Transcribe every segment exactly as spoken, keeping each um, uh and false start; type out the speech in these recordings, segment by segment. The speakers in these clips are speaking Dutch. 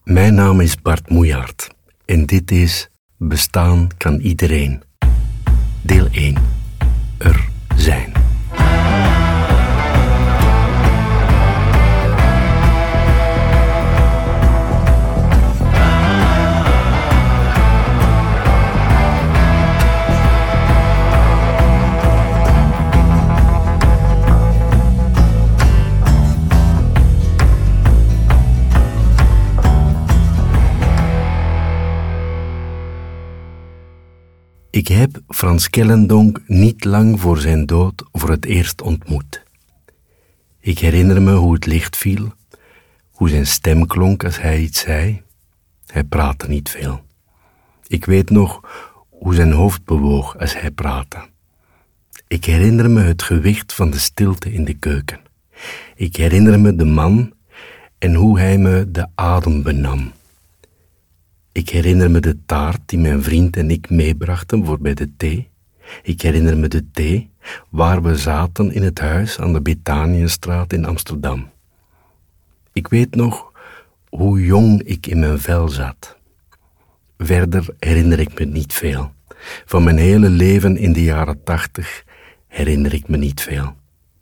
Mijn naam is Bart Moejaert en dit is Bestaan kan iedereen. Deel één. Er zijn. Ik heb Frans Kellendonk niet lang voor zijn dood voor het eerst ontmoet. Ik herinner me hoe het licht viel, hoe zijn stem klonk als hij iets zei. Hij praatte niet veel. Ik weet nog hoe zijn hoofd bewoog als hij praatte. Ik herinner me het gewicht van de stilte in de keuken. Ik herinner me de man en hoe hij me de adem benam. Ik herinner me de taart die mijn vriend en ik meebrachten voor bij de thee. Ik herinner me de thee waar we zaten in het huis aan de Betaniëstraat in Amsterdam. Ik weet nog hoe jong ik in mijn vel zat. Verder herinner ik me niet veel. Van mijn hele leven in de jaren tachtig herinner ik me niet veel.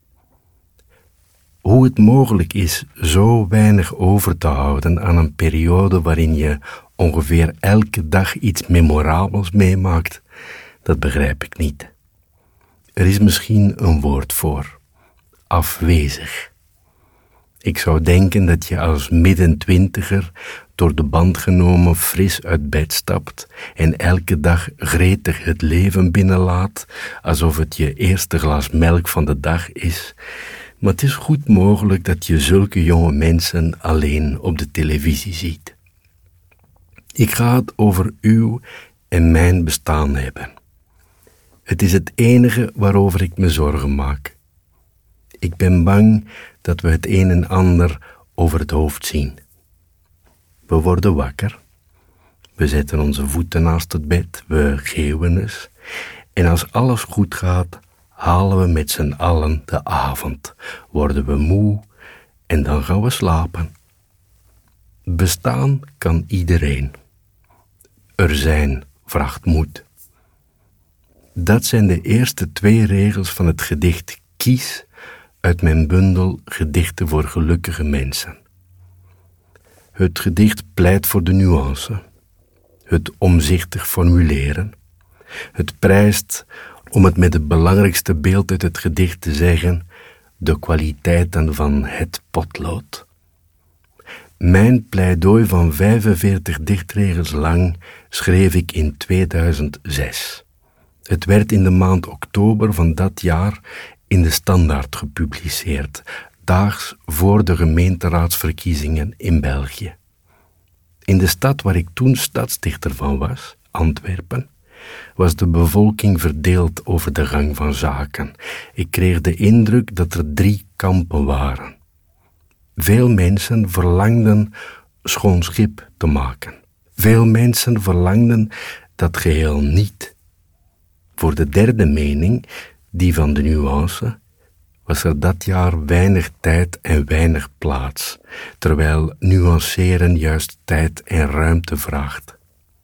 Hoe het mogelijk is zo weinig over te houden aan een periode waarin je ongeveer elke dag iets memorabels meemaakt, dat begrijp ik niet. Er is misschien een woord voor. Afwezig. Ik zou denken dat je als middentwintiger door de band genomen fris uit bed stapt en elke dag gretig het leven binnenlaat, alsof het je eerste glas melk van de dag is. Maar het is goed mogelijk dat je zulke jonge mensen alleen op de televisie ziet. Ik ga het over uw en mijn bestaan hebben. Het is het enige waarover ik me zorgen maak. Ik ben bang dat we het een en ander over het hoofd zien. We worden wakker. We zetten onze voeten naast het bed, we geeuwen eens. En als alles goed gaat, halen we met z'n allen de avond, worden we moe en dan gaan we slapen. Bestaan kan iedereen. Er zijn vraagt moed. Dat zijn de eerste twee regels van het gedicht Kies uit mijn bundel Gedichten voor gelukkige mensen. Het gedicht pleit voor de nuance, het omzichtig formuleren, het prijst, om het met het belangrijkste beeld uit het gedicht te zeggen, de kwaliteiten van het potlood. Mijn pleidooi van vijfenveertig dichtregels lang schreef ik in tweeduizend zes. Het werd in de maand oktober van dat jaar in de Standaard gepubliceerd, daags voor de gemeenteraadsverkiezingen in België. In de stad waar ik toen stadsdichter van was, Antwerpen, was de bevolking verdeeld over de gang van zaken. Ik kreeg de indruk dat er drie kampen waren. Veel mensen verlangden schoon schip te maken. Veel mensen verlangden dat geheel niet. Voor de derde mening, die van de nuance, was er dat jaar weinig tijd en weinig plaats, terwijl nuanceren juist tijd en ruimte vraagt.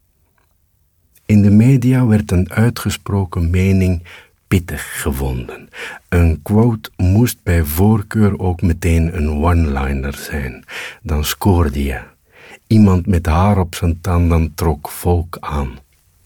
In de media werd een uitgesproken mening pittig gevonden. Een quote moest bij voorkeur ook meteen een one-liner zijn. Dan scoorde je. Iemand met haar op zijn tanden trok volk aan.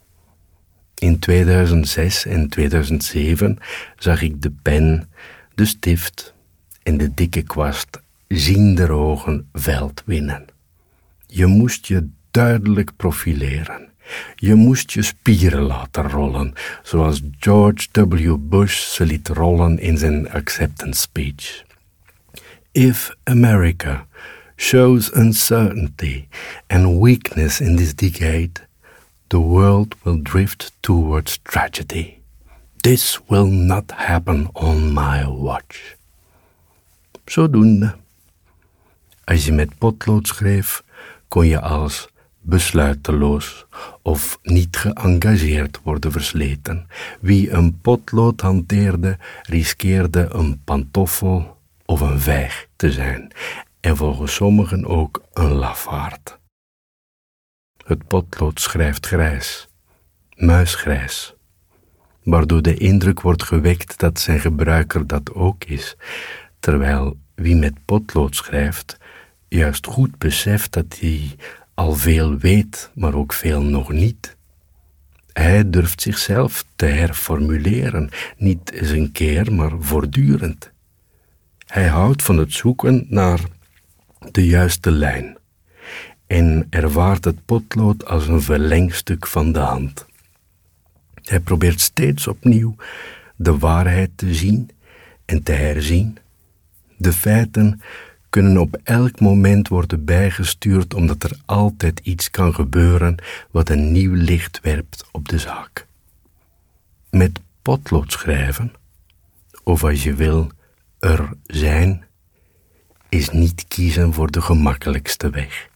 In tweeduizend zes en tweeduizend zeven zag ik de pen, de stift en de dikke kwast ziender ogen veld winnen. Je moest je duidelijk profileren. Je moest je spieren laten rollen, zoals George W. Bush ze liet rollen in zijn acceptance speech. If America shows uncertainty and weakness in this decade, the world will drift towards tragedy. This will not happen on my watch. Zodoende. Als je met potlood schreef, kon je als besluiteloos of niet geëngageerd worden versleten. Wie een potlood hanteerde, riskeerde een pantoffel of een vijg te zijn. En volgens sommigen ook een lafaard. Het potlood schrijft grijs, muisgrijs, waardoor de indruk wordt gewekt dat zijn gebruiker dat ook is, terwijl wie met potlood schrijft juist goed beseft dat hij al veel weet, maar ook veel nog niet. Hij durft zichzelf te herformuleren, niet eens een keer, maar voortdurend. Hij houdt van het zoeken naar de juiste lijn en ervaart het potlood als een verlengstuk van de hand. Hij probeert steeds opnieuw de waarheid te zien en te herzien. De feiten kunnen op elk moment worden bijgestuurd, omdat er altijd iets kan gebeuren wat een nieuw licht werpt op de zaak. Met potlood schrijven, of als je wil, er zijn, is niet kiezen voor de gemakkelijkste weg.